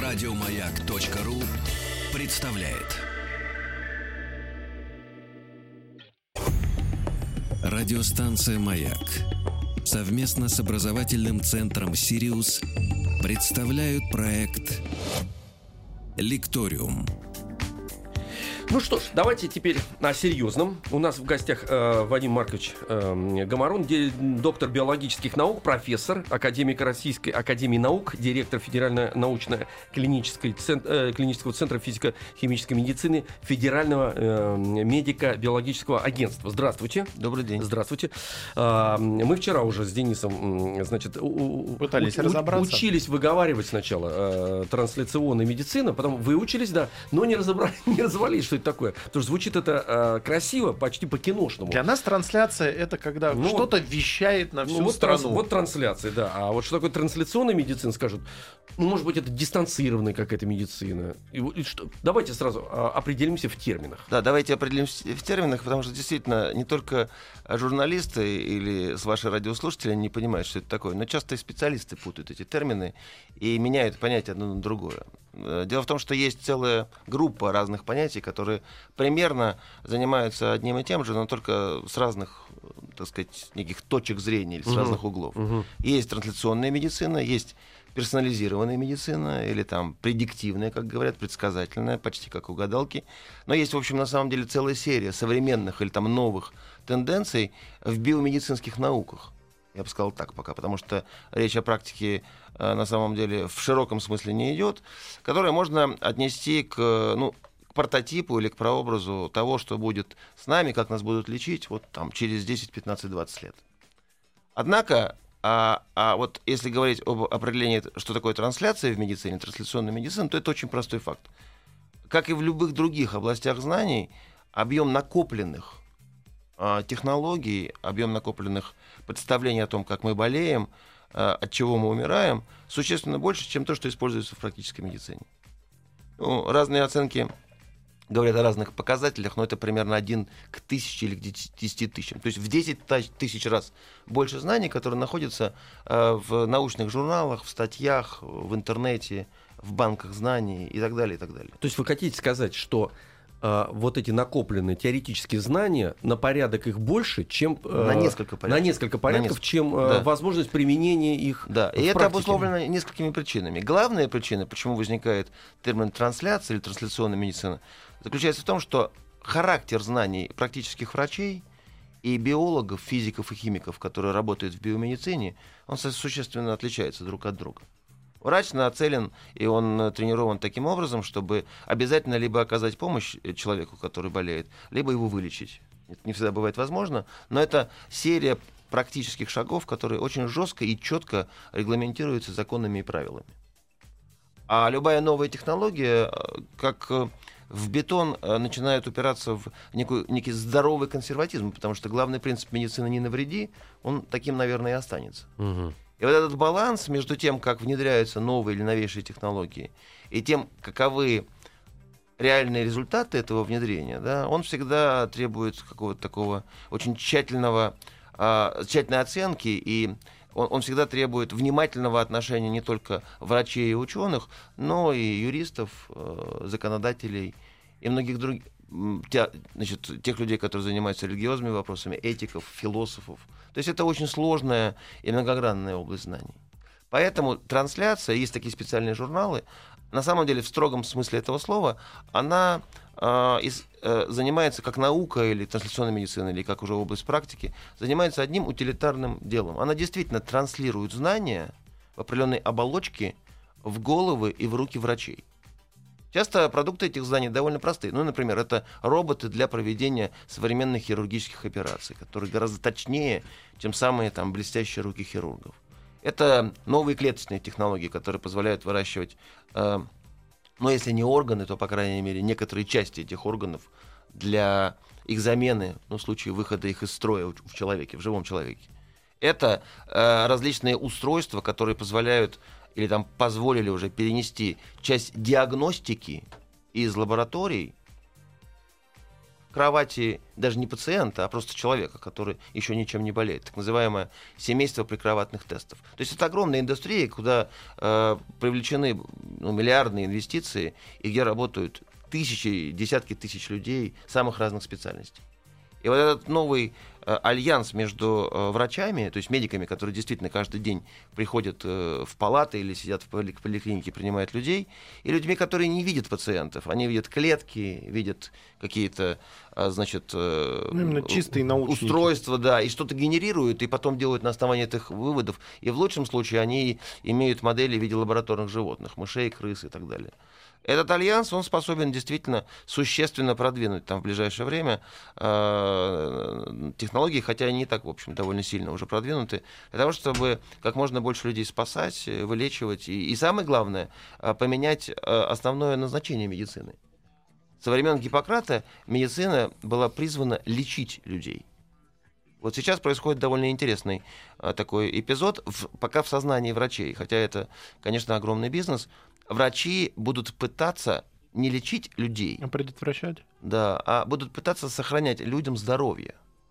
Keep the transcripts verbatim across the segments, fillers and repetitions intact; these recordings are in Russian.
Радиомаяк.ру представляет. Радиостанция «Маяк» совместно с образовательным центром «Сириус» представляют проект «Лекториум». Ну что ж, давайте теперь о серьезном. У нас в гостях э, Вадим Маркович э, Гомарун, де, доктор биологических наук, профессор, академик Российской академии наук, директор Федерально-научно-клинического э, клинического центра физико-химической медицины Федерального э, медико-биологического агентства. Здравствуйте. Добрый день. Здравствуйте. Э, мы вчера уже с Денисом, значит, у, пытались у, разобраться. Учились выговаривать сначала э, трансляционная медицина, потом выучились, да, но не разобрали, не разобрались, что это такое. Потому что звучит это э, красиво, почти по-киношному. Для нас трансляция — это когда ну, что-то вещает на всю ну, вот страну. Транс, вот трансляция, да. А вот что такое трансляционная медицина, скажут, ну, может быть, это дистанцированная какая-то медицина. И, и что? Давайте сразу а, определимся в терминах. Да, давайте определимся в терминах, потому что действительно не только журналисты или с вашей радиослушатели не понимают, что это такое, но часто и специалисты путают эти термины и меняют понятие одно на другое. Дело в том, что есть целая группа разных понятий, которые примерно занимаются одним и тем же, но только с разных, так сказать, неких точек зрения или с uh-huh. разных углов. Uh-huh. Есть трансляционная медицина, есть персонализированная медицина или там предиктивная, как говорят, предсказательная, почти как у гадалки. Но есть, в общем, на самом деле целая серия современных или там новых тенденций в биомедицинских науках. Я бы сказал так пока, потому что речь о практике э, на самом деле в широком смысле не идет, которая можно отнести к, ну, к прототипу или к прообразу того, что будет с нами, как нас будут лечить вот там через десять, пятнадцать, двадцать лет. Однако, а, а вот если говорить об определении, что такое трансляция в медицине, трансляционная медицина, то это очень простой факт. Как и в любых других областях знаний, объем накопленных технологий, объем накопленных представлений о том, как мы болеем, от чего мы умираем, существенно больше, чем то, что используется в практической медицине. Ну, разные оценки говорят о разных показателях, но это примерно один к тысяче или к десяти тысячам. То есть в десять тысяч раз больше знаний, которые находятся в научных журналах, в статьях, в интернете, в банках знаний и так далее, и так далее. То есть вы хотите сказать, что Uh, вот эти накопленные теоретические знания, на порядок их больше, чем uh, на несколько порядков, на несколько порядков на несколько. чем uh, да. возможность применения их. Да, и в это практике. обусловлено несколькими причинами. Главная причина, почему возникает термин трансляция или трансляционная медицина, заключается в том, что характер знаний практических врачей и биологов, физиков и химиков, которые работают в биомедицине, он существенно отличается друг от друга. Врач нацелен, и он тренирован таким образом, чтобы обязательно либо оказать помощь человеку, который болеет, либо его вылечить. Это не всегда бывает возможно, но это серия практических шагов, которые очень жестко и четко регламентируются законами и правилами. А любая новая технология, как в бетон, начинает упираться в некую, некий здоровый консерватизм, потому что главный принцип медицины «не навреди», он таким, наверное, и останется. Угу. И вот этот баланс между тем, как внедряются новые или новейшие технологии, и тем, каковы реальные результаты этого внедрения, да, он всегда требует какого-то такого очень тщательного, э, тщательной оценки, и он, он всегда требует внимательного отношения не только врачей и ученых, но и юристов, э, законодателей и многих других, те, значит, тех людей, которые занимаются религиозными вопросами, этиков, философов. То есть это очень сложная и многогранная область знаний. Поэтому трансляция, есть такие специальные журналы, на самом деле в строгом смысле этого слова, она э, из, э, занимается как наука или трансляционная медицина, или как уже область практики, занимается одним утилитарным делом. Она действительно транслирует знания в определенной оболочке в головы и в руки врачей. Часто продукты этих знаний довольно простые. Ну, например, это роботы для проведения современных хирургических операций, которые гораздо точнее, чем самые там, блестящие руки хирургов. Это новые клеточные технологии, которые позволяют выращивать, э, ну, если не органы, то, по крайней мере, некоторые части этих органов для их замены, ну, в случае выхода их из строя в человеке, в живом человеке. Это э, различные устройства, которые позволяют или там позволили уже перенести часть диагностики из лабораторий, кровати даже не пациента, а просто человека, который еще ничем не болеет. Так называемое семейство прикроватных тестов. То есть это огромная индустрия, куда э, привлечены ну, миллиардные инвестиции, и где работают тысячи, десятки тысяч людей самых разных специальностей. И вот этот новый э, альянс между э, врачами, то есть медиками, которые действительно каждый день приходят э, в палаты или сидят в поли- поликлинике, принимают людей, и людьми, которые не видят пациентов. Они видят клетки, видят какие-то, э, значит, э, ну, именно чистые научники. устройства, да, и что-то генерируют, и потом делают на основании этих выводов. И в лучшем случае они имеют модели в виде лабораторных животных, мышей, крыс и так далее. Этот альянс, он способен действительно существенно продвинуть там в ближайшее время э, технологии, хотя они и так, в общем, довольно сильно уже продвинуты, для того, чтобы как можно больше людей спасать, вылечивать и, и самое главное, э, поменять э, основное назначение медицины. Со времен Гиппократа медицина была призвана лечить людей. Вот сейчас происходит довольно интересный э, такой эпизод, в, пока в сознании врачей, хотя это, конечно, огромный бизнес. Врачи будут пытаться не лечить людей, а предотвращать, да, а будут пытаться сохранять людям здоровье.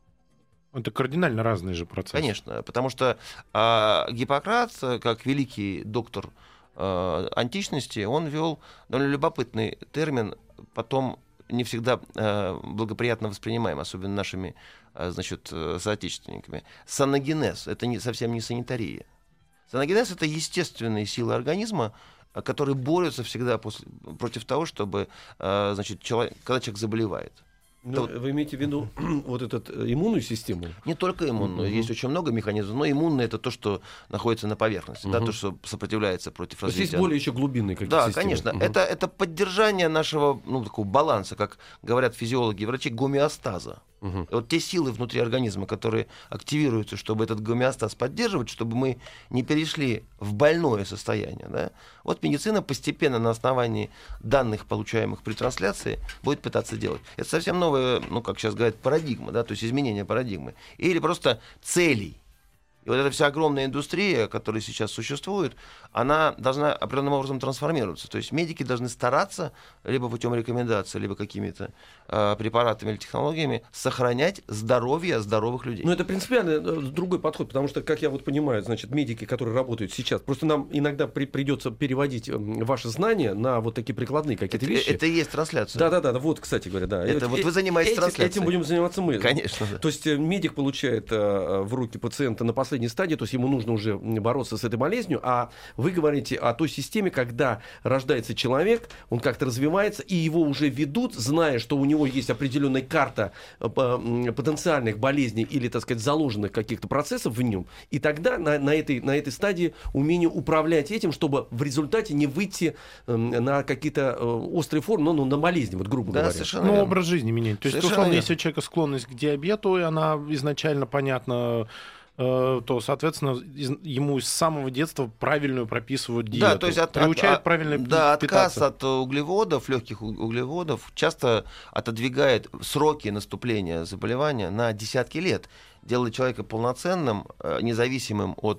Это кардинально разные же процессы. Конечно, потому что а, Гиппократ, как великий доктор а, античности, он ввел довольно любопытный термин, потом не всегда а, благоприятно воспринимаем, особенно нашими а, значит, соотечественниками. Саногенез — это не, совсем не санитария. Саногенез — это естественные силы организма, которые борются всегда после, против того, чтобы, э, значит, человек, когда человек заболевает. Ну, Это, вы имеете в виду вот эту иммунную систему? Не только иммунную, uh-huh. есть очень много механизмов, но иммунная — это то, что находится на поверхности, uh-huh. да, то, что сопротивляется против развития. То есть есть более еще глубинные какие-то да, системы? конечно. Uh-huh. Это, это поддержание нашего ну, такого баланса, как говорят физиологи и врачи, гомеостаза. Uh-huh. Вот те силы внутри организма, которые активируются, чтобы этот гомеостаз поддерживать, чтобы мы не перешли в больное состояние. Да? Вот медицина постепенно на основании данных, получаемых при трансляции, будет пытаться делать. Это совсем новая, ну, как сейчас говорят, парадигма, да? То есть изменение парадигмы. Или просто целей. И вот эта вся огромная индустрия, которая сейчас существует, она должна определенным образом трансформироваться. То есть медики должны стараться, либо путем рекомендаций, либо какими-то э, препаратами или технологиями, сохранять здоровье здоровых людей. Ну, это принципиально другой подход, потому что, как я вот понимаю, значит, медики, которые работают сейчас, просто нам иногда при, придется переводить ваши знания на вот такие прикладные какие-то это, вещи. Это и есть трансляция. Да-да-да, вот, кстати говоря, да. Это, это, вот вы занимаетесь этим, трансляцией. Этим будем заниматься мы. Конечно. Да. То есть медик получает э, в руки пациента на последней стадии, то есть ему нужно уже бороться с этой болезнью, а вы говорите о той системе, когда рождается человек, он как-то развивается, и его уже ведут, зная, что у него есть определенная карта потенциальных болезней или, так сказать, заложенных каких-то процессов в нем, и тогда на, на, этой, на этой стадии умение управлять этим, чтобы в результате не выйти на какие-то острые формы, ну, ну на болезни, вот грубо да, говоря. Совершенно ну, верно. образ жизни менять. То есть, Совершенно условно, верно. если у человека склонность к диабету, и она изначально понятна, то, соответственно, ему с самого детства правильную прописывают диету. Да, то есть от, приучают от, правильно да, питаться. отказ от углеводов, легких углеводов, часто отодвигает сроки наступления заболевания на десятки лет, делает человека полноценным, независимым от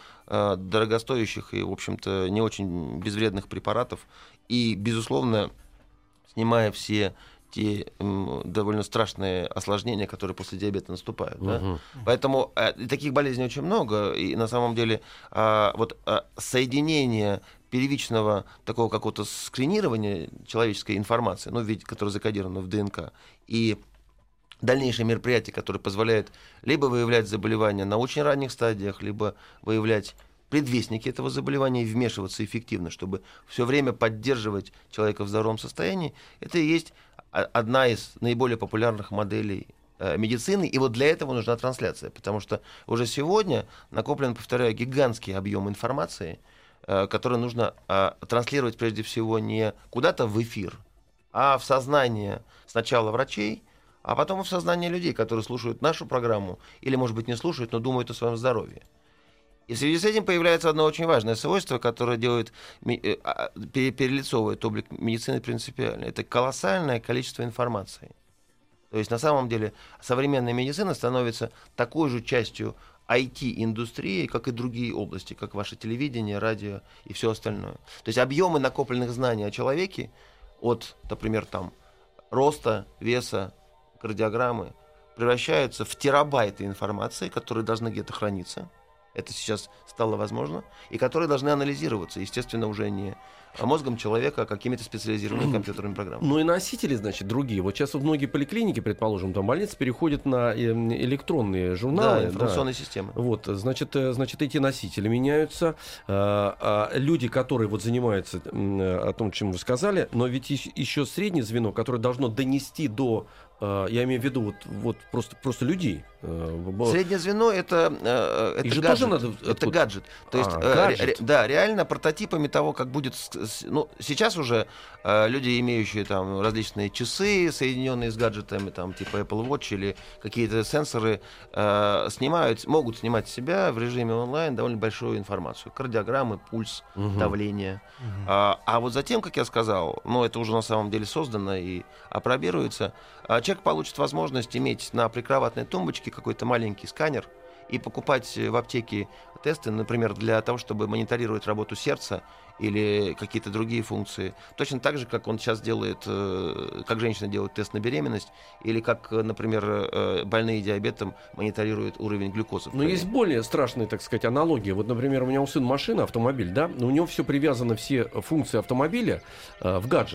дорогостоящих и, в общем-то, не очень безвредных препаратов и, безусловно, снимая все те м, довольно страшные осложнения, которые после диабета наступают. Uh-huh. Да? Поэтому э, таких болезней очень много. И на самом деле э, вот, э, соединение первичного такого какого-то скринирования человеческой информации, ну, ведь, которая закодирована в ДНК, и дальнейшие мероприятия, которые позволяют либо выявлять заболевания на очень ранних стадиях, либо выявлять предвестники этого заболевания и вмешиваться эффективно, чтобы все время поддерживать человека в здоровом состоянии, это и есть одна из наиболее популярных моделей э, медицины, и вот для этого нужна трансляция, потому что уже сегодня накоплен, повторяю, гигантский объем информации, э, который нужно э, транслировать прежде всего не куда-то в эфир, а в сознание сначала врачей, а потом и в сознание людей, которые слушают нашу программу, или, может быть, не слушают, но думают о своем здоровье. И в связи с этим появляется одно очень важное свойство, которое делает, перелицовывает облик медицины принципиально. Это колоссальное количество информации. То есть на самом деле современная медицина становится такой же частью ай ти-индустрии, как и другие области, как ваше телевидение, радио и все остальное. То есть объемы накопленных знаний о человеке от, например, там, роста, веса, кардиограммы превращаются в терабайты информации, которые должны где-то храниться. Это сейчас стало возможно. И которые должны анализироваться, естественно, уже не мозгом человека, а какими-то специализированными компьютерными программами. Ну и носители, значит, другие. Вот сейчас вот многие поликлиники, предположим, там больницы переходят на электронные журналы. Да, информационные да. системы. Вот, значит, значит, эти носители меняются. А, а люди, которые вот занимаются о том, чем вы сказали, но ведь еще среднее звено, которое должно донести до... Я имею в виду вот, вот просто, просто людей. Среднее звено это, это, гаджет. Тоже надо это гаджет. То есть, а, э, гаджет. Ре, да, реально прототипами того, как будет. Ну, сейчас уже э, люди, имеющие там различные часы, соединенные с гаджетами, там, типа Apple Watch или какие-то сенсоры, э, снимают, могут снимать с себя в режиме онлайн довольно большую информацию. Кардиограммы, пульс, угу. давление. Угу. А, а вот затем, как я сказал, ну, это уже на самом деле создано и апробируется. Человек получит возможность иметь на прикроватной тумбочке какой-то маленький сканер и покупать в аптеке тесты, например, для того, чтобы мониторировать работу сердца или какие-то другие функции. Точно так же, как он сейчас делает, как женщина делает тест на беременность, или как, например, больные диабетом мониторируют уровень глюкозы. Но есть более страшные, так сказать, аналогии. Вот, например, у меня у сына машина, автомобиль, да, но у него все привязано, все функции автомобиля э, в гаджет.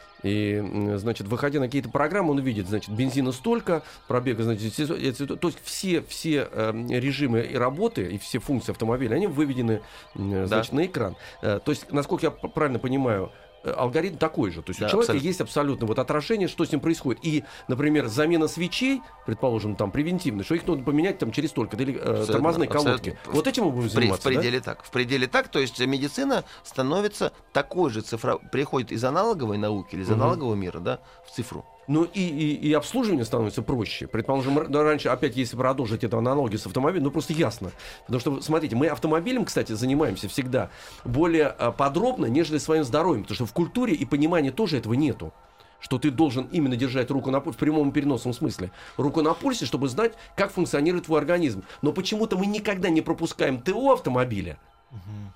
И, значит, выходя на какие-то программы, он видит, значит, бензина столько, пробега, значит, то есть все, все э, режимы и работы, и все функции автомобиля, они выведены, э, значит, да. на экран. Э, то есть, насколько я правильно понимаю, алгоритм такой же. То есть да, у человека абсолютно. Есть абсолютно вот отражение, что с ним происходит. И, например, замена свечей, предположим, там, превентивной, что их нужно поменять там через столько, или э, тормозные колодки. Абсолютно. Вот этим мы будем заниматься, в пределе да? так. В пределе так. То есть медицина становится такой же цифра... Приходит из аналоговой науки или из угу. аналогового мира, да, в цифру. Ну и, и, и обслуживание становится проще. Предположим, раньше, опять, если продолжить эту аналогию с автомобилем, ну просто ясно. Потому что, смотрите, мы автомобилем, кстати, занимаемся всегда более подробно, нежели своим здоровьем. Потому что в культуре и понимании тоже этого нету. Что ты должен именно держать руку на пульсе, в прямом и переносном смысле, руку на пульсе, чтобы знать, как функционирует твой организм. Но почему-то мы никогда не пропускаем ТО автомобиля, угу.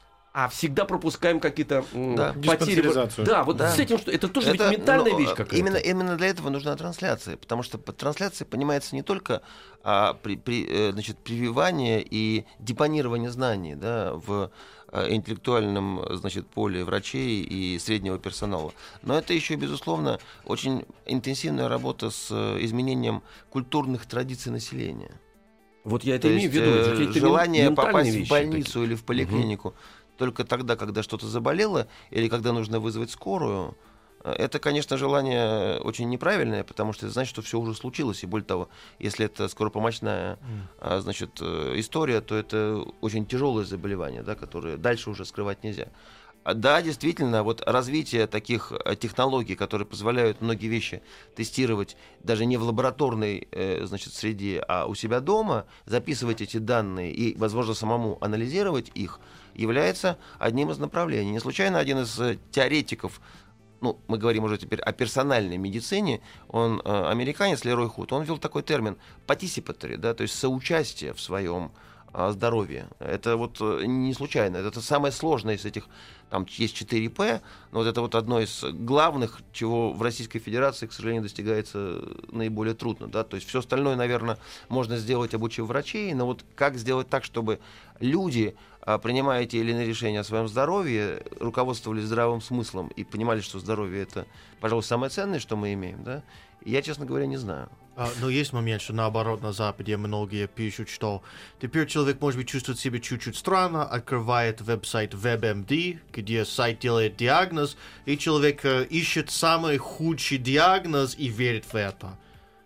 а всегда пропускаем какие-то да, потери. Да, вот да. с этим, что это тоже это, ведь ментальная ну, вещь какая-то. Именно, именно для этого нужна трансляция, потому что под трансляцией понимается не только а, при, при, значит, прививание и депонирование знаний, да, в а, интеллектуальном, значит, поле врачей и среднего персонала, но это еще, безусловно, очень интенсивная работа с изменением культурных традиций населения. Вот я это То имею в виду. Э, желание попасть в больницу такие. Или в поликлинику угу. только тогда, когда что-то заболело, или когда нужно вызвать скорую, это, конечно, желание очень неправильное, потому что это значит, что все уже случилось. И более того, если это скоропомощная mm. значит, история, то это очень тяжелое заболевание, да, которое дальше уже скрывать нельзя. Да, действительно, вот развитие таких технологий, которые позволяют многие вещи тестировать даже не в лабораторной, значит, среде, а у себя дома, записывать эти данные и, возможно, самому анализировать их, является одним из направлений. Не случайно один из теоретиков, ну, мы говорим уже теперь о персональной медицине, он американец Лерой Худ, он ввел такой термин participatory, да, то есть соучастие в своем здоровье. Это вот не случайно. Это самое сложное из этих. Там есть четыре П, но вот это вот одно из главных, чего в Российской Федерации, к сожалению, достигается наиболее трудно. Да? То есть все остальное, наверное, можно сделать, обучив врачей, но вот как сделать так, чтобы люди, принимая те или иные решения о своем здоровье, руководствовались здравым смыслом и понимали, что здоровье — это, пожалуй, самое ценное, что мы имеем, да? Я, честно говоря, не знаю. А, но есть момент, что наоборот на Западе многие пишут, что теперь человек, может быть, чувствует себя чуть-чуть странно, открывает веб-сайт WebMD, где сайт делает диагноз, и человек э, ищет самый худший диагноз и верит в это.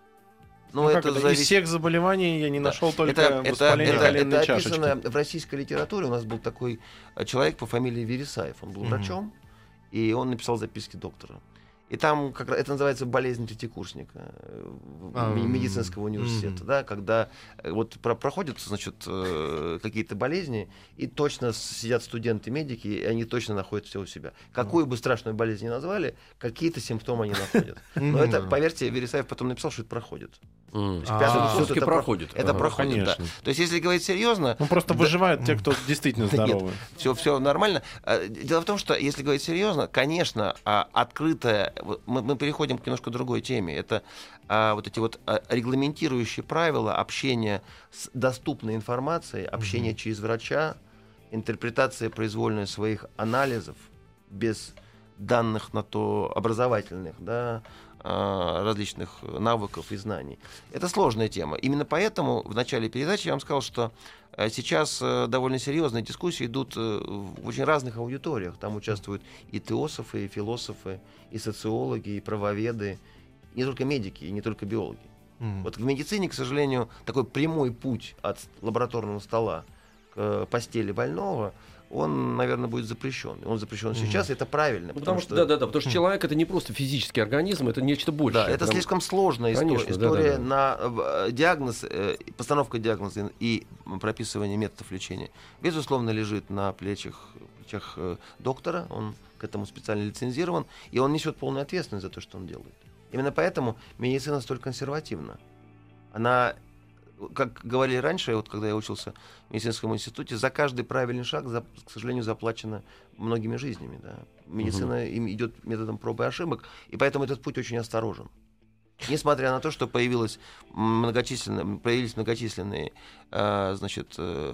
Ну, ну, это зависит... Из всех заболеваний я не да. нашел только это, воспаление это, коленной это, это чашечки. описано в российской литературе. У нас был такой человек по фамилии Вересаев. Он был mm-hmm. врачом, и он написал записки доктора. И там как раз это называется болезнь третьекурсника uh, медицинского университета, mm-hmm. да, когда вот про- проходят, значит, какие-то болезни, и точно сидят студенты-медики, и они точно находят все у себя. Какую бы страшную болезнь ни назвали, какие-то симптомы они находят. Но это, поверьте, Вересаев потом написал, что это проходит. Mm. В пятом А, курсе все-таки это проходит. Это Ага, проходит, конечно. да. То есть, если говорить серьезно... Ну, просто да, выживают те, кто действительно здоровы. все, все нормально. А, Дело в том, что, если говорить серьезно, конечно, а, открытое... вот Мы, мы переходим к немножко другой теме. Это а, вот эти вот а, регламентирующие правила общения с доступной информацией, общения mm-hmm. через врача, интерпретация произвольная своих анализов без данных на то образовательных, да, различных навыков и знаний. Это сложная тема. Именно поэтому в начале передачи я вам сказал, что сейчас довольно серьезные дискуссии идут в очень разных аудиториях. Там участвуют и теософы, и философы, и социологи, и правоведы, не только медики, и не только биологи. Mm-hmm. Вот в медицине, к сожалению, такой прямой путь от лабораторного стола к постели больного, он, наверное, будет запрещен. Он запрещен mm-hmm. сейчас, и это правильно. Потому, потому что, да, да, да, потому что mm-hmm. человек это не просто физический организм, это нечто большее. Да, это потому... слишком сложная история. Конечно, история да, да, да. на диагноз, э, постановка диагноза и прописывание методов лечения, безусловно, лежит на плечах, плечах э, доктора. Он к этому специально лицензирован, и он несет полную ответственность за то, что он делает. Именно поэтому медицина столь консервативна. Она, как говорили раньше, вот когда я учился в медицинском институте, за каждый правильный шаг, за, к сожалению, заплачено многими жизнями. Да. Медицина угу. идет методом проб и ошибок, и поэтому этот путь очень осторожен. Несмотря на то, что появилось многочисленные, появились многочисленные э, значит,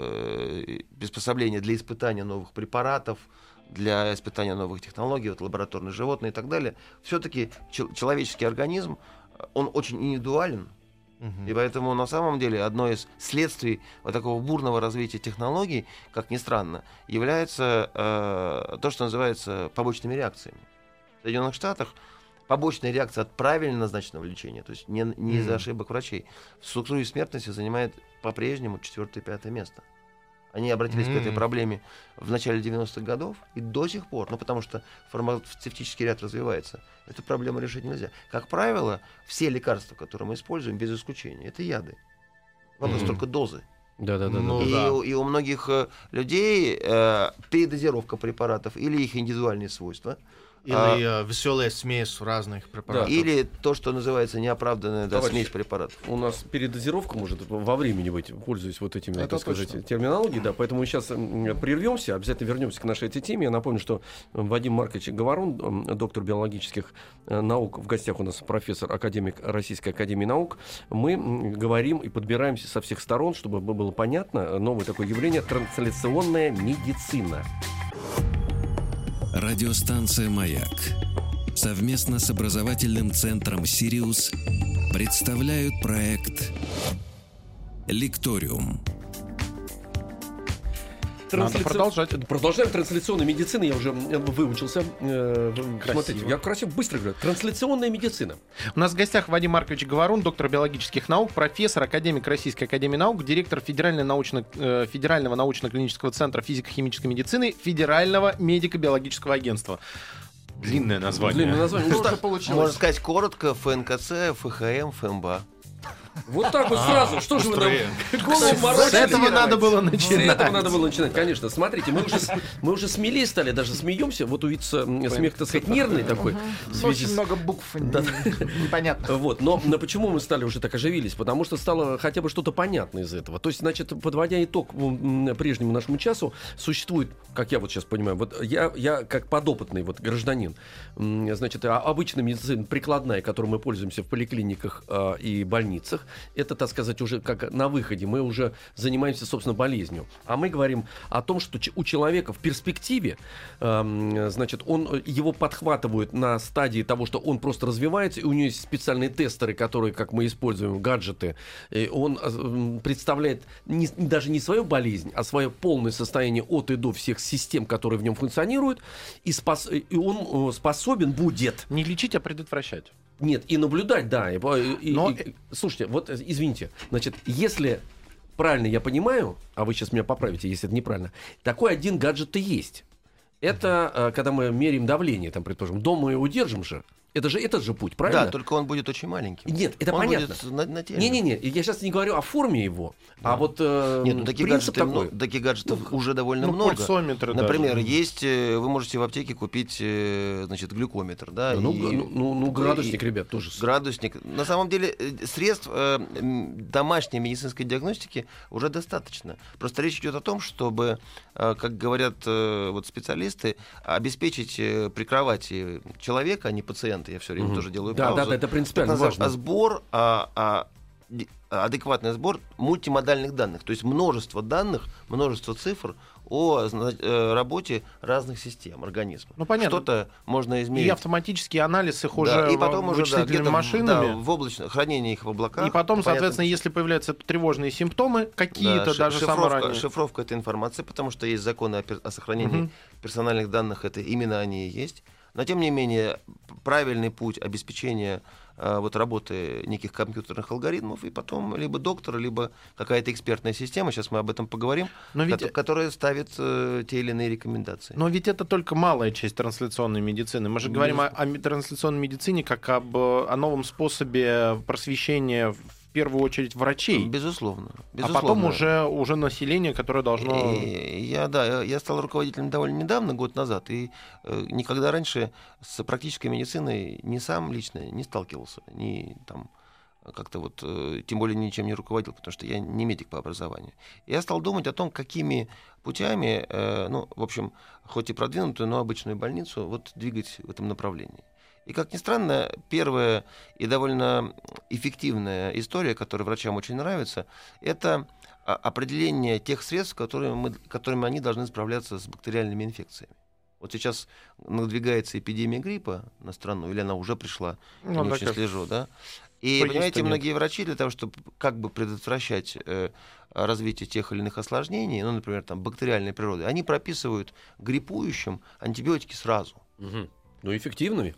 э, приспособления для испытания новых препаратов, для испытания новых технологий, вот, лабораторные животные и так далее, все-таки ч- человеческий организм, он очень индивидуален. И поэтому на самом деле одно из следствий вот такого бурного развития технологий, как ни странно, является э, то, что называется побочными реакциями. В Соединенных Штатах побочная реакция от правильно назначенного лечения, то есть не, не из-за ошибок врачей, в структуре смертности занимает по-прежнему четвёртое-пятое место. Они обратились mm-hmm. к этой проблеме в начале девяностых годов и до сих пор, ну потому что фармацевтический ряд развивается, эту проблему решить нельзя. Как правило, все лекарства, которые мы используем, без исключения, это яды. Вопрос mm-hmm. только дозы. Да, да, да, ну, да. И, да. У, и у многих э, людей э, передозировка препаратов или их индивидуальные свойства. Или а, веселая смесь разных препаратов. Да. Или то, что называется неоправданная да, Товарищ, смесь препаратов. У нас передозировка может во времени быть, пользуясь вот этими, Это так сказать, точно. терминологией. Да, поэтому мы сейчас прервемся, обязательно вернемся к нашей этой теме. Я напомню, что Вадим Маркович Говорун, доктор биологических наук, в гостях у нас профессор, академик Российской академии наук. Мы говорим и подбираемся со всех сторон, чтобы было понятно, новое такое явление — трансляционная медицина. Радиостанция «Маяк» совместно с образовательным центром «Сириус» представляют проект «Лекториум». Трансляци... Надо продолжать. Продолжаем трансляционную медицину. Я уже выучился. Смотрите, я красиво, быстро говорю. Трансляционная медицина. У нас в гостях Вадим Маркович Говорун, доктор биологических наук, профессор, академик Российской академии наук, директор Федеральной научно, э, Федерального научно-клинического центра физико-химической медицины, Федерального медико-биологического агентства. Длинное название. Длинное название. Ну, что получилось? Можно сказать коротко: эф эн ка цэ, эф ха эм, эф эм бэ а. Вот так вот сразу. Что же вы нам голову морочите? С этого надо было начинать. С этого надо было начинать, конечно. Смотрите, мы уже, мы уже смелее стали, даже смеемся. Вот увидится смех, так сказать, нервный такой. Очень много букв, непонятно. Вот, но почему мы стали уже так оживились? Потому что стало хотя бы что-то понятно из этого. То есть, значит, подводя итог прежнему нашему часу, существует, как я вот сейчас понимаю, вот я, я как подопытный вот гражданин, значит, обычная медицина прикладная, которой мы пользуемся в поликлиниках э, и больницах, это, так сказать, уже как на выходе. Мы уже занимаемся, собственно, болезнью. А мы говорим о том, что у человека в перспективе, э, значит, он, его подхватывают на стадии того, что он просто развивается, и у него есть специальные тестеры, которые, как мы используем, гаджеты. И он э, представляет не, даже не свою болезнь, а свое полное состояние от и до всех систем, которые в нем функционируют, и, спас, и он способен будет... Не лечить, а предотвращать. Нет, и наблюдать, да. И, и, Но... и, слушайте, вот извините, значит, если правильно я понимаю, а вы сейчас меня поправите, если это неправильно, такой один гаджет-то есть. Это когда мы меряем давление, там, предположим, дома мы его держим же. Это же этот же путь, правильно? Да, только он будет очень маленьким. Нет, это он понятно. Не-не-не, я сейчас не говорю о форме его, да. а вот э, Нет, ну, таких принцип гаджетов, такой. Ну, таких гаджетов ну, уже довольно ну, много. Например, даже. есть, вы можете в аптеке купить, значит, глюкометр, да? да и, ну, ну, ну, градусник, и, ребят, тоже. Градусник. На самом деле средств э, домашней медицинской диагностики уже достаточно. Просто речь идет о том, чтобы, э, как говорят э, вот специалисты, обеспечить э, при кровати человека, а не пациента. Я все время угу. тоже делаю да, паузу. Да, да, это принципиально важно. А сбор, а, а, адекватный сбор мультимодальных данных, то есть множество данных, множество цифр о работе разных систем организма. Ну, понятно. Что-то можно измерить. И автоматический анализ их уже да, и потом уже, вычислительными да, машинами. Да, в облачном хранении их в облаках. И потом, соответственно, понятно, если появляются тревожные симптомы, какие-то да, даже самые ранние. Шифровка этой информации, потому что есть законы о, пер- о сохранении угу. персональных данных, это именно они и есть. Но, тем не менее, правильный путь обеспечения э, вот, работы неких компьютерных алгоритмов, и потом либо доктор, либо какая-то экспертная система, сейчас мы об этом поговорим, ведь... ко- которая ставит э, те или иные рекомендации. Но ведь это только малая часть трансляционной медицины. Мы же Без... говорим о, о трансляционной медицине как об, о новом способе просвещения в первую очередь врачей. Безусловно. безусловно. А потом уже, уже население, которое должно... И я, да, я стал руководителем довольно недавно, год назад, и э, никогда раньше с практической медициной ни сам лично не сталкивался, ни там как-то вот, э, тем более ничем не руководил, потому что я не медик по образованию. Я стал думать о том, какими путями, э, ну, в общем, хоть и продвинутую, но обычную больницу вот двигать в этом направлении. И, как ни странно, первая и довольно эффективная история, которая врачам очень нравится, это определение тех средств, которыми, мы, которыми они должны справляться с бактериальными инфекциями. Вот сейчас надвигается эпидемия гриппа на страну, или она уже пришла, ну, не очень слежу, да? И, Что понимаете, многие врачи для того, чтобы как бы предотвращать э, развитие тех или иных осложнений, ну, например, там, бактериальной природы, они прописывают гриппующим антибиотики сразу. Угу. Ну, эффективными.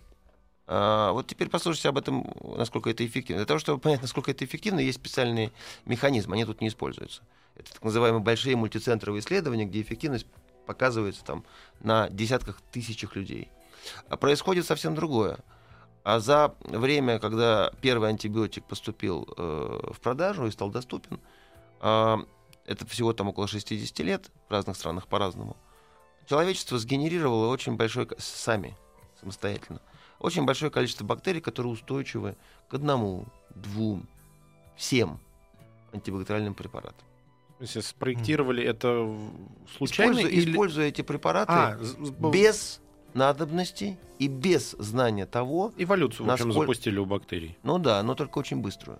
А, вот теперь послушайте об этом, насколько это эффективно. Для того, чтобы понять, насколько это эффективно, есть специальные механизмы, они тут не используются. Это так называемые большие мультицентровые исследования, где эффективность показывается там, на десятках тысячах людей. А происходит совсем другое. А за время, когда первый антибиотик поступил э, в продажу и стал доступен, э, это всего там около шестьдесят лет, в разных странах по-разному, человечество сгенерировало очень большое, сами, самостоятельно, очень большое количество бактерий, которые устойчивы к одному, двум, всем антибактериальным препаратам. То есть спроектировали mm. это случайно? Используя, или... используя эти препараты а, без надобности и без знания того... Эволюцию, в общем, насколько... запустили у бактерий. Ну да, но только очень быструю.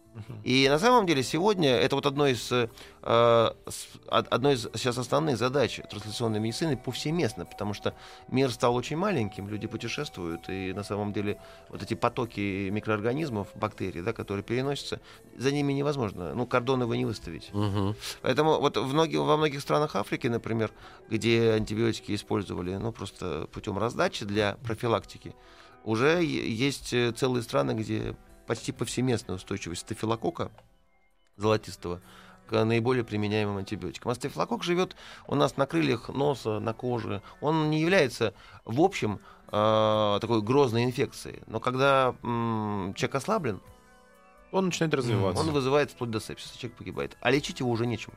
И на самом деле сегодня это вот одно из, э, одно из сейчас основных задач трансляционной медицины повсеместно, потому что мир стал очень маленьким, люди путешествуют, и на самом деле вот эти потоки микроорганизмов, бактерий, да, которые переносятся, за ними невозможно, ну, кордоны вы не выставите. Угу. Поэтому вот в многих, во многих странах Африки, например, где антибиотики использовали, ну, просто путем раздачи для профилактики, уже есть целые страны, где почти повсеместная устойчивость стафилококка золотистого к наиболее применяемым антибиотикам. А стафилококк живет у нас на крыльях носа, на коже. Он не является, в общем, э, такой грозной инфекцией. Но когда м- человек ослаблен, он начинает развиваться. Он вызывает вплоть до сепсиса, человек погибает. А лечить его уже нечем.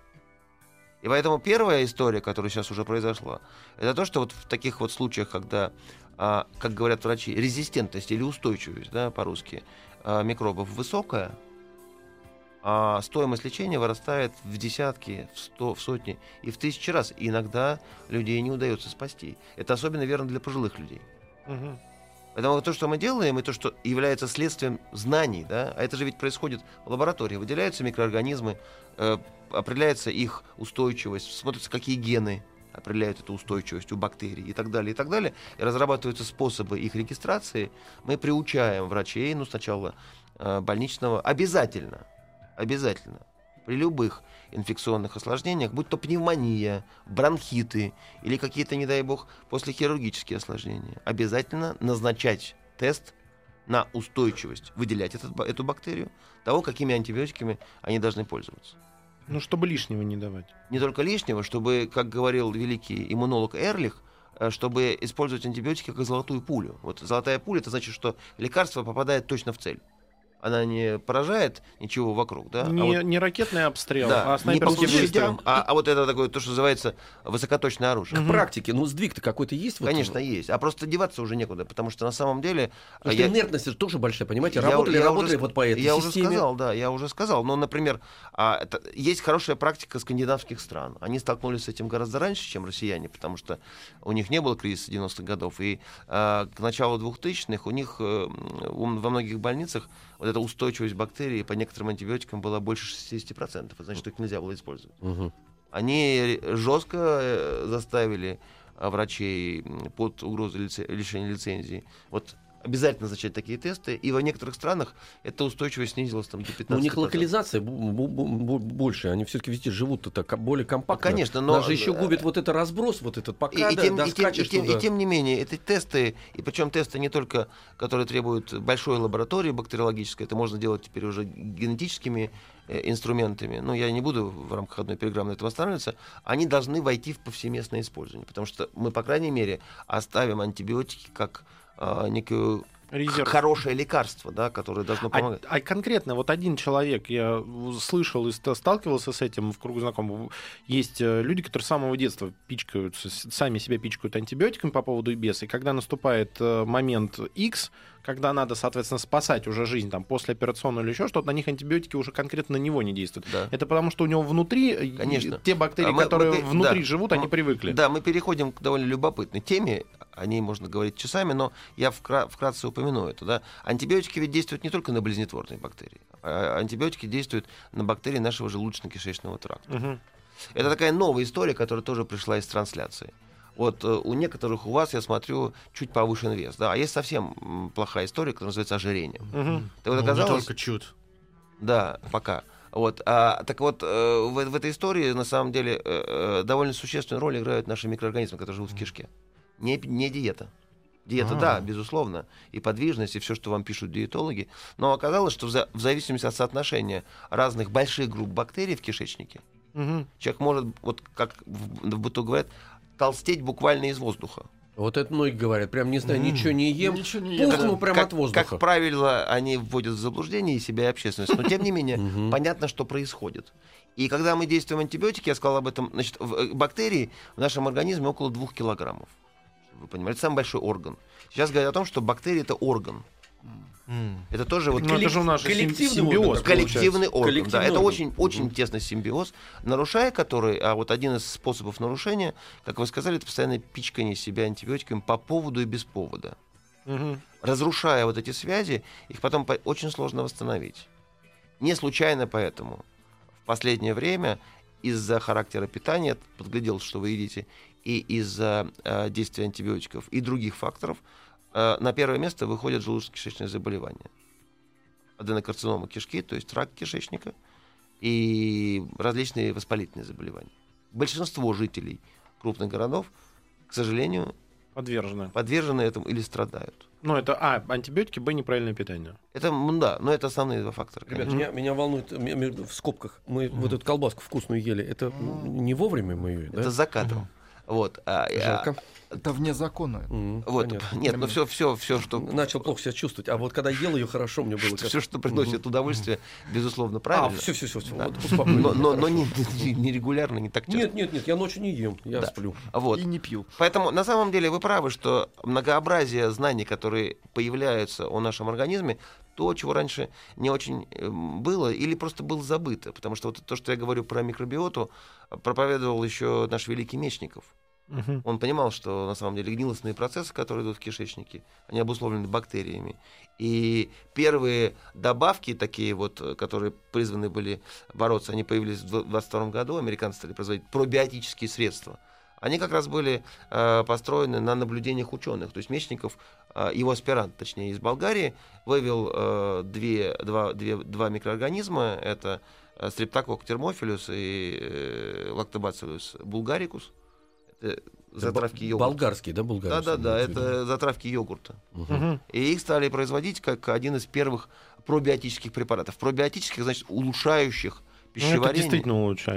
И поэтому первая история, которая сейчас уже произошла, это то, что вот в таких вот случаях, когда, а, как говорят врачи, резистентность или устойчивость, да, по-русски, а, микробов высокая, а стоимость лечения вырастает в десятки, в сто, в сотни и в тысячи раз. И иногда людей не удается спасти. Это особенно верно для пожилых людей. Угу. Поэтому то, что мы делаем, и то, что является следствием знаний, да, а это же ведь происходит в лаборатории, выделяются микроорганизмы, э, определяется их устойчивость, смотрятся, какие гены определяют эту устойчивость у бактерий и так далее, и так далее, и разрабатываются способы их регистрации. Мы приучаем врачей, ну, сначала э, больничного, обязательно, обязательно, при любых инфекционных осложнениях, будь то пневмония, бронхиты или какие-то, не дай бог, послехирургические осложнения, обязательно назначать тест на устойчивость, выделять этот, эту бактерию, того, какими антибиотиками они должны пользоваться. Ну, чтобы лишнего не давать. Не только лишнего, чтобы, как говорил великий иммунолог Эрлих, чтобы использовать антибиотики как золотую пулю. Вот золотая пуля — это значит, что лекарство попадает точно в цель. Она не поражает ничего вокруг, да? Не, а вот, не ракетный обстрел, да, а снайперский не выстрел. А, а вот это такое, то, что называется высокоточное оружие. К практике, ну сдвиг-то какой-то есть? Вот Конечно, его? есть. А просто деваться уже некуда, потому что на самом деле... Потому я, что инертность же тоже большая, понимаете? я, Работали, я работали уже, вот по этой я системе. уже сказал, да, я уже сказал. Но, например, а, это, есть хорошая практика скандинавских стран. Они столкнулись с этим гораздо раньше, чем россияне, потому что у них не было кризиса девяностых годов. И а, к началу двухтысячных у них а, во многих больницах вот эта устойчивость бактерий по некоторым антибиотикам была больше шестьдесят процентов. Это значит, что их нельзя было использовать. Угу. Они жестко заставили врачей под угрозой лице- лишения лицензии вот обязательно назначать такие тесты, и во некоторых странах эта устойчивость снизилась там, до пятнадцати процентов. Но у них локализация б- б- б- больше, они все-таки везде живут так более компактно. Ну, конечно, но... Нас же еще губит вот этот разброс, вот этот пока, и, и, да, тем, да, и, тем, и, тем, туда. и тем не менее, эти тесты, и причем тесты не только, которые требуют большой лаборатории бактериологической, это можно делать теперь уже генетическими э, инструментами, но я не буду в рамках одной переграммы на этом останавливаться, они должны войти в повсеместное использование, потому что мы, по крайней мере, оставим антибиотики как э, некую... Резерв. Хорошее лекарство, да, которое должно помогать. А, а конкретно вот один человек, я слышал и сталкивался с этим в кругу знакомых, есть люди, которые с самого детства пичкаются, сами себя пичкают антибиотиками по поводу и без, и когда наступает момент X, когда надо, соответственно, спасать уже жизнь там послеоперационно или еще что-то, на них антибиотики уже конкретно на него не действуют. Да. Это потому, что у него внутри, конечно, те бактерии, а мы, которые мы, внутри да, живут, они привыкли. Да, мы переходим к довольно любопытной теме, о ней можно говорить часами, но я вкра- вкратце упомяну это. Да. Антибиотики ведь действуют не только на болезнетворные бактерии, а антибиотики действуют на бактерии нашего желудочно-кишечного тракта. Угу. Это такая новая история, которая тоже пришла из трансляции. Вот uh, у некоторых у вас, я смотрю, чуть повышен вес, да, а есть совсем м, плохая история, которая называется ожирение. Угу. Так вот, ну, оказалось... Не только чуть. Да, пока. Вот, а, так вот, э, в, в этой истории, на самом деле, э, э, довольно существенную роль играют наши микроорганизмы, которые живут в кишке. Не, не диета. Диета, А-а-а. да, безусловно, и подвижность, и все, что вам пишут диетологи. Но оказалось, что в, за, в зависимости от соотношения разных больших групп бактерий в кишечнике, угу. человек может, вот как в, в быту говорят, толстеть буквально из воздуха. Вот это многие говорят, прям не знаю, mm. ничего не ем, ничего не пухну прям как, от воздуха. Как правило, они вводят в заблуждение и себя, и общественность, но тем не менее понятно, что происходит. И когда мы действуем антибиотики, я сказал об этом, значит, бактерий в нашем организме около двух килограммов. Вы понимаете, это самый большой орган. Сейчас говорят о том, что бактерия — это орган. Mm. Это тоже вот коллек... это же наш коллективный симбиоз. орган. Коллективный орган. Коллективный да, орган. Это очень, Mm. очень тесный симбиоз, нарушая который, а вот один из способов нарушения, как вы сказали, это постоянное пичкание себя антибиотиками по поводу и без повода. Mm-hmm. Разрушая вот эти связи, их потом по- очень сложно восстановить. Не случайно поэтому в последнее время из-за характера питания, подглядел, что вы едите, и из-за э, действия антибиотиков и других факторов, на первое место выходят желудочно-кишечные заболевания. Аденокарцинома кишки, то есть рак кишечника, и различные воспалительные заболевания. Большинство жителей крупных городов, к сожалению, подвержены, подвержены этому или страдают. Ну, это А, антибиотики, Б, неправильное питание. Это, да, но это основные два фактора. Ребят, меня, меня волнует в скобках. Мы mm-hmm. вот эту колбаску вкусную ели. Это mm-hmm. не вовремя мы ее, да? Это за кадром. Mm-hmm. Вот, а, Жалко. Это вне закона. Mm, вот, понятно. Нет, ну все, все, все, что... Начал плохо себя чувствовать, а вот когда ел ее хорошо, мне было... Все, что приносит mm-hmm. удовольствие, безусловно, правильно. А, все, все, все, все. Да. Вот, но но, но не, не регулярно, не так часто. Нет, нет, нет, я ночью не ем, я да. сплю. Вот. И не пью. Поэтому, на самом деле, вы правы, что многообразие знаний, которые появляются о нашем организме, то, чего раньше не очень было или просто было забыто. Потому что вот то, что я говорю про микробиоту, проповедовал еще наш великий Мечников. Uh-huh. Он понимал, что на самом деле гнилостные процессы, которые идут в кишечнике, они обусловлены бактериями. И первые добавки такие вот, которые призваны были бороться, они появились в двадцать втором году, американцы стали производить пробиотические средства. Они как раз были э, построены на наблюдениях ученых. То есть Мечников, э, его аспирант, точнее, из Болгарии, вывел э, две, два, две, два микроорганизма. Это Streptococcus thermophilus и э, Lactobacillus bulgaricus. Затравки йогурта. Болгарские, да, болгарские? Да, да, да, это затравки йогурта. Угу. И их стали производить как один из первых пробиотических препаратов. Пробиотических, значит, улучшающих пищеварение. Ну, это действительно улучшает.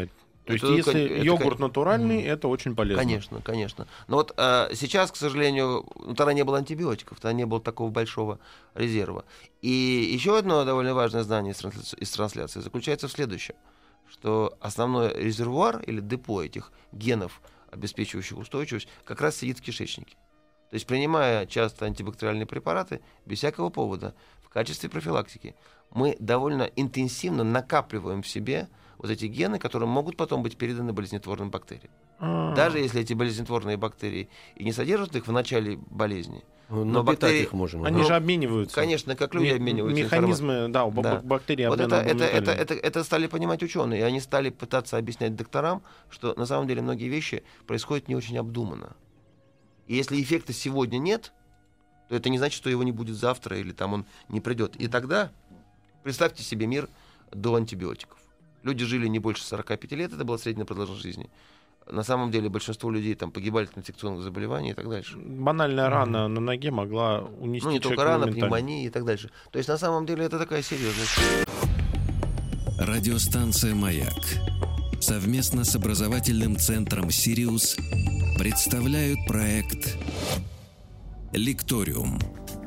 То есть, это, если это, йогурт это, натуральный, mm. это очень полезно. Конечно, конечно. Но вот а, сейчас, к сожалению, ну, тогда не было антибиотиков, тогда не было такого большого резерва. И еще одно довольно важное знание из трансляции, из трансляции заключается в следующем, что основной резервуар или депо этих генов, обеспечивающих устойчивость, как раз сидит в кишечнике. То есть, принимая часто антибактериальные препараты, без всякого повода, в качестве профилактики, мы довольно интенсивно накапливаем в себе вот эти гены, которые могут потом быть переданы болезнетворным бактериям. А-а-а. Даже если эти болезнетворные бактерии и не содержат их в начале болезни, но, но бактерии их можем. Они ну, же обмениваются. Конечно, как люди М- обмениваются механизмы, да, у да. бактерий вот обмена. Это, это, это, это, это стали понимать ученые, и они стали пытаться объяснять докторам, что на самом деле многие вещи происходят не очень обдуманно. И если эффекта сегодня нет, то это не значит, что его не будет завтра или там он не придет. И тогда представьте себе мир до антибиотиков. Люди жили не больше сорок пять лет, это была средняя продолжительность жизни. На самом деле большинство людей там погибали от инфекционных заболеваний и так дальше. Банальная mm-hmm. рана на ноге могла унести. Ну не только рана, пневмония и так дальше. То есть на самом деле это такая серьезная история. Радиостанция «Маяк» совместно с образовательным центром «Сириус» представляют проект «Лекториум».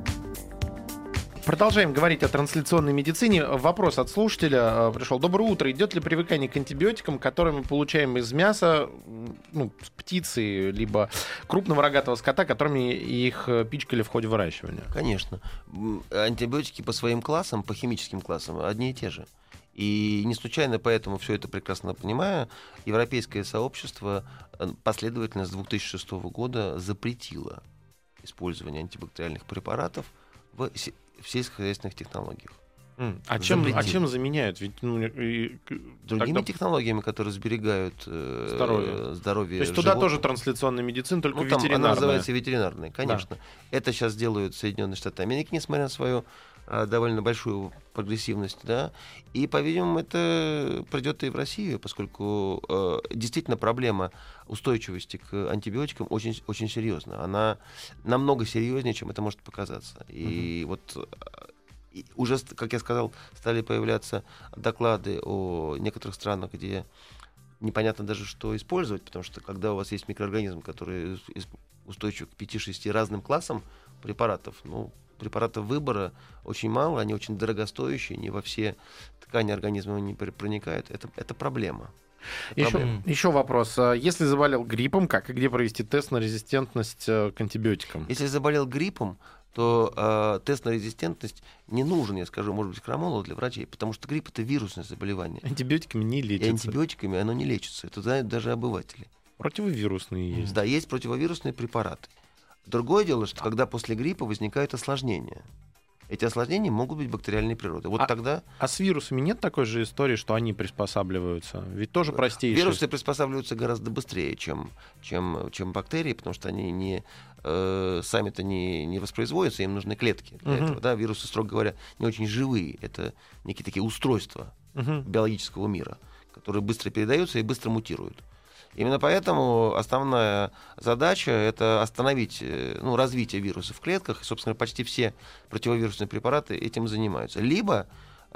Продолжаем говорить о трансляционной медицине. Вопрос от слушателя пришел. Доброе утро. Идет ли привыкание к антибиотикам, которые мы получаем из мяса, ну, с птицы, либо крупного рогатого скота, которыми их пичкали в ходе выращивания? Конечно. Антибиотики по своим классам, по химическим классам одни и те же. И не случайно поэтому, все это прекрасно понимая, европейское сообщество последовательно с две тысячи шестого года запретило использование антибактериальных препаратов в в сельскохозяйственных технологиях. Mm. А, чем, а чем заменяют? Ведь, ну, и, Другими тогда... технологиями, которые сберегают э, здоровье. здоровье. То есть животных. Туда тоже трансляционная медицина, только ну, там ветеринарная. Она называется ветеринарная, конечно. Да. Это сейчас делают Соединенные Штаты Америки, несмотря на свою а, довольно большую прогрессивность. Да? И, по-видимому, это придет и в Россию, поскольку э, действительно проблема устойчивости к антибиотикам очень, очень серьезна. Она намного серьезнее, чем это может показаться. И uh-huh. вот и уже, как я сказал, стали появляться доклады о некоторых странах, где непонятно даже, что использовать, потому что когда у вас есть микроорганизм, который устойчив к пяти-шести разным классам препаратов, ну, препаратов выбора очень мало, они очень дорогостоящие, не во все ткани организма они проникают. Это, это проблема. Еще, еще вопрос. Если заболел гриппом, как и где провести тест на резистентность к антибиотикам? Если заболел гриппом, то э, тест на резистентность не нужен, я скажу, может быть, хромологу для врачей, потому что грипп — это вирусное заболевание. Антибиотиками не лечится. И антибиотиками оно не лечится. Это знают даже обыватели. Противовирусные есть. Да, есть противовирусные препараты. Другое дело, что когда после гриппа возникают осложнения. Эти осложнения могут быть бактериальной природы. Вот а, тогда... а с вирусами нет такой же истории, что они приспосабливаются? Ведь тоже простейшие. Вирусы приспосабливаются гораздо быстрее, чем, чем, чем бактерии, потому что они не, э, сами-то не, не воспроизводятся, им нужны клетки для uh-huh. этого. Да? Вирусы, строго говоря, не очень живые. Это некие такие устройства uh-huh. биологического мира, которые быстро передаются и быстро мутируют. Именно поэтому основная задача — это остановить ну, развитие вируса в клетках. И, собственно, почти все противовирусные препараты этим занимаются. Либо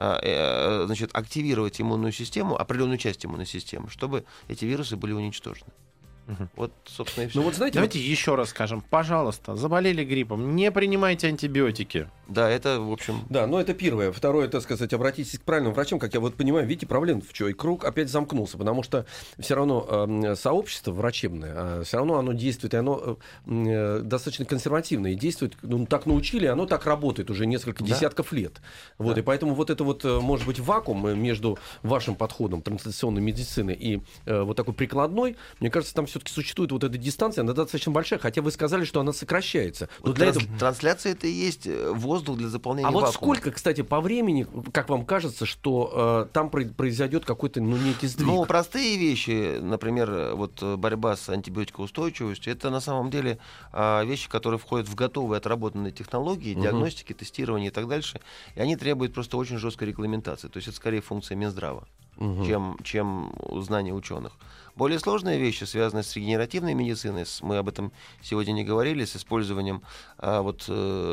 э, значит, активировать иммунную систему, определенную часть иммунной системы, чтобы эти вирусы были уничтожены. Угу. Вот, собственно, и все. Ну, вот, знаете, давайте вот... еще раз скажем. Пожалуйста, заболели гриппом, не принимайте антибиотики. Да, это, в общем... Да, но это первое. Второе, так сказать, обратитесь к правильным врачам. Как я вот понимаю, видите, проблема в чем? И круг опять замкнулся, потому что все равно э, сообщество врачебное, э, все равно оно действует, и оно э, достаточно консервативно, и действует, ну, так научили, и оно так работает уже несколько да. десятков лет. Вот, да. И поэтому вот это вот, может быть, вакуум между вашим подходом трансляционной медицины и э, вот такой прикладной, мне кажется, там все-таки существует вот эта дистанция, она достаточно большая, хотя вы сказали, что она сокращается. Но вот для транс- этого... Трансляция — это и есть воздух для заполнения а вакуума. Вот сколько, кстати, по времени, как вам кажется, что э, там произойдет какой-то, ну, некий сдвиг? Ну, простые вещи, например, вот борьба с антибиотикоустойчивостью, это на самом деле э, вещи, которые входят в готовые отработанные технологии, угу. диагностики, тестирования и так дальше, и они требуют просто очень жесткой регламентации. То есть это скорее функция Минздрава. угу. чем, чем знания ученых. Более сложные вещи, связанные с регенеративной медициной, с, мы об этом сегодня не говорили, с использованием а, вот,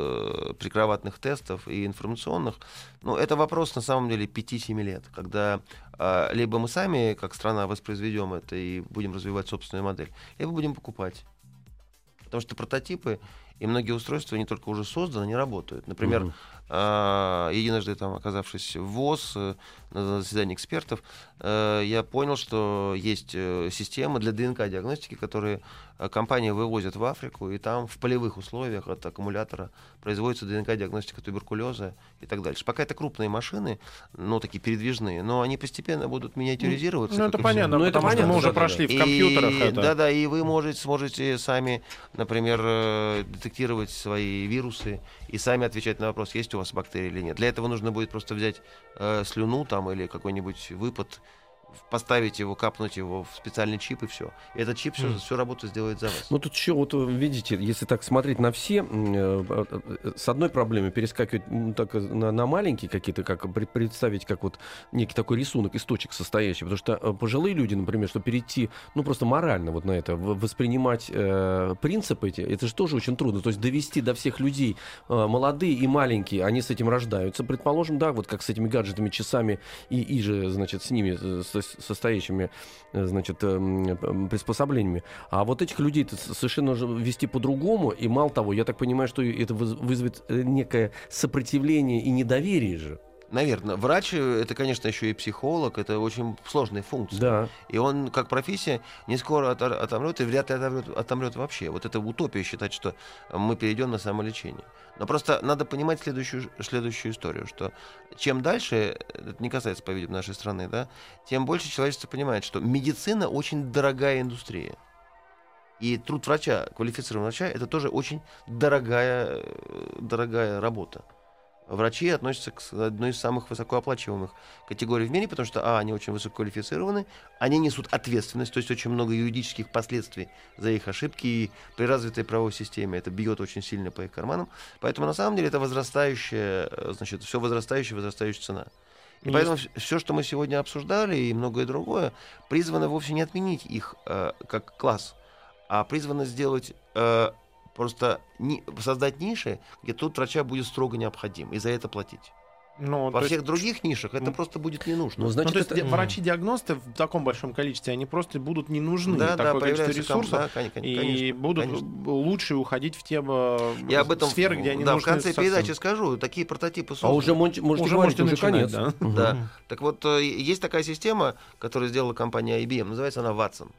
э, прикроватных тестов и информационных, ну, это вопрос на самом деле пяти-семи лет, когда а, либо мы сами, как страна, воспроизведем это и будем развивать собственную модель, либо будем покупать. Потому что прототипы и многие устройства не только уже созданы, не работают. Например, угу. э, единожды там, оказавшись в ВОЗ э, на заседании экспертов, э, я понял, что есть э, системы для ДНК-диагностики, которые э, компания вывозит в Африку, и там в полевых условиях от аккумулятора производится ДНК-диагностика туберкулеза и так дальше. Пока это крупные машины, ну, такие передвижные, но они постепенно будут миниатюризироваться. Ну, это понятно, ну, потому это что мы уже да, прошли да. в компьютерах. И, это. Да-да, и вы можете, сможете сами, например, детектировать свои вирусы и сами отвечать на вопрос, есть у вас бактерии или нет. Для этого нужно будет просто взять э, слюну там или какой-нибудь выпад, поставить его, капнуть его в специальный чип, и все. И этот чип mm. всю, всю работу сделает за вас. Ну, тут еще, вот видите, если так смотреть на все, э, с одной проблемой перескакивать ну, так, на, на маленькие какие-то, как представить, как вот некий такой рисунок из точек состоящий. Потому что э, пожилые люди, например, чтобы перейти, ну, просто морально вот на это, воспринимать э, принципы эти, это же тоже очень трудно. То есть довести до всех людей, э, молодые и маленькие, они с этим рождаются, предположим, да, вот как с этими гаджетами, часами и, и же, значит, с ними, с состоящими, значит, приспособлениями. А вот этих людей совершенно нужно вести по-другому. И мало того, я так понимаю, что это вызовет некое сопротивление и недоверие же. Наверное. Врач — это, конечно, еще и психолог, это очень сложная функция. Да. И он, как профессия, не скоро от, отомрет и вряд ли отомрет, отомрет вообще. Вот это утопия считать, что мы перейдем на самолечение. Но просто надо понимать следующую, следующую историю, что чем дальше, это не касается, по-видимому, нашей страны, да, тем больше человечество понимает, что медицина очень дорогая индустрия. И труд врача, квалифицированного врача, это тоже очень дорогая, дорогая работа. Врачи относятся к одной из самых высокооплачиваемых категорий в мире, потому что, а, они очень высококвалифицированы, они несут ответственность, то есть очень много юридических последствий за их ошибки, и при развитой правовой системе это бьет очень сильно по их карманам. Поэтому, на самом деле, это возрастающая, значит, все возрастающая, возрастающая цена. И есть. Поэтому все, что мы сегодня обсуждали, и многое другое, призвано вовсе не отменить их э, как класс, а призвано сделать... Э, Просто не, создать ниши, где тут врача будет строго необходим, и за это платить. Ну, Во всех есть... других нишах это просто будет не нужно. Ну, значит, ну, то есть это... врачи-диагносты в таком большом количестве, они просто будут не нужны. Да, такое да, количество ресурсов, да, конечно, и конечно, будут конечно. лучше уходить в те Я об этом, сферы, где они да, нужны. в конце совсем. передачи скажу, такие прототипы созданы. А уже можете, можете уже говорить, можете уже начинать, конец. да. Угу. Да. Так вот, есть такая система, которую сделала компания ай би эм, называется она Watson.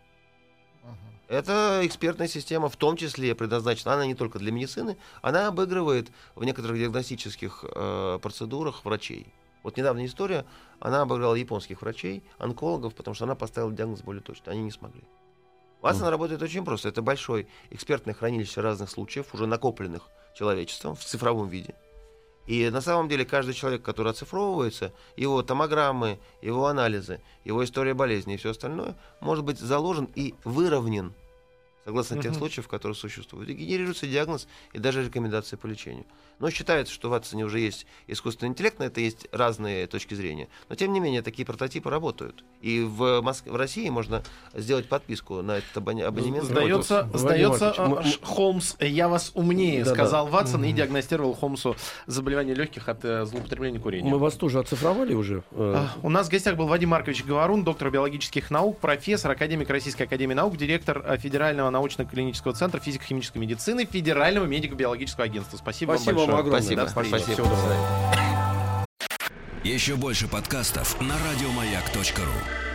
Это экспертная система, в том числе предназначена, она не только для медицины, она обыгрывает в некоторых диагностических э, процедурах врачей. Вот недавняя история, она обыграла японских врачей, онкологов, потому что она поставила диагноз более точно, они не смогли. Watson mm. работает очень просто, это большое экспертное хранилище разных случаев, уже накопленных человечеством в цифровом виде. И на самом деле каждый человек, который оцифровывается, его томограммы, его анализы, его история болезни и все остальное, может быть заложен и выровнен согласно uh-huh. тех случаев, которые существуют. И генерируется диагноз и даже рекомендации по лечению. Но считается, что в Ватсоне уже есть искусственный интеллект, на это есть разные точки зрения. Но тем не менее, такие прототипы работают. И в, Моск... в России можно сделать подписку на этот абон... абонемент. Сдается, вот, сдается мы... Холмс, я вас умнее, да, сказал да. Ватсон mm-hmm. и диагностировал Холмсу заболевание легких от э, злоупотребления курения. Мы вас тоже оцифровали уже? А, у нас в гостях был Вадим Маркович Говорун, доктор биологических наук, профессор, академик Российской академии наук, директор Федерального научно-клинического центра физико-химической медицины, Федерального медико-биологического агентства. Спасибо, Спасибо вам большое. вам огромное. Спасибо. Да, спасибо. Спасибо. Всего доброго. Еще больше подкастов на радиомаяк точка ру.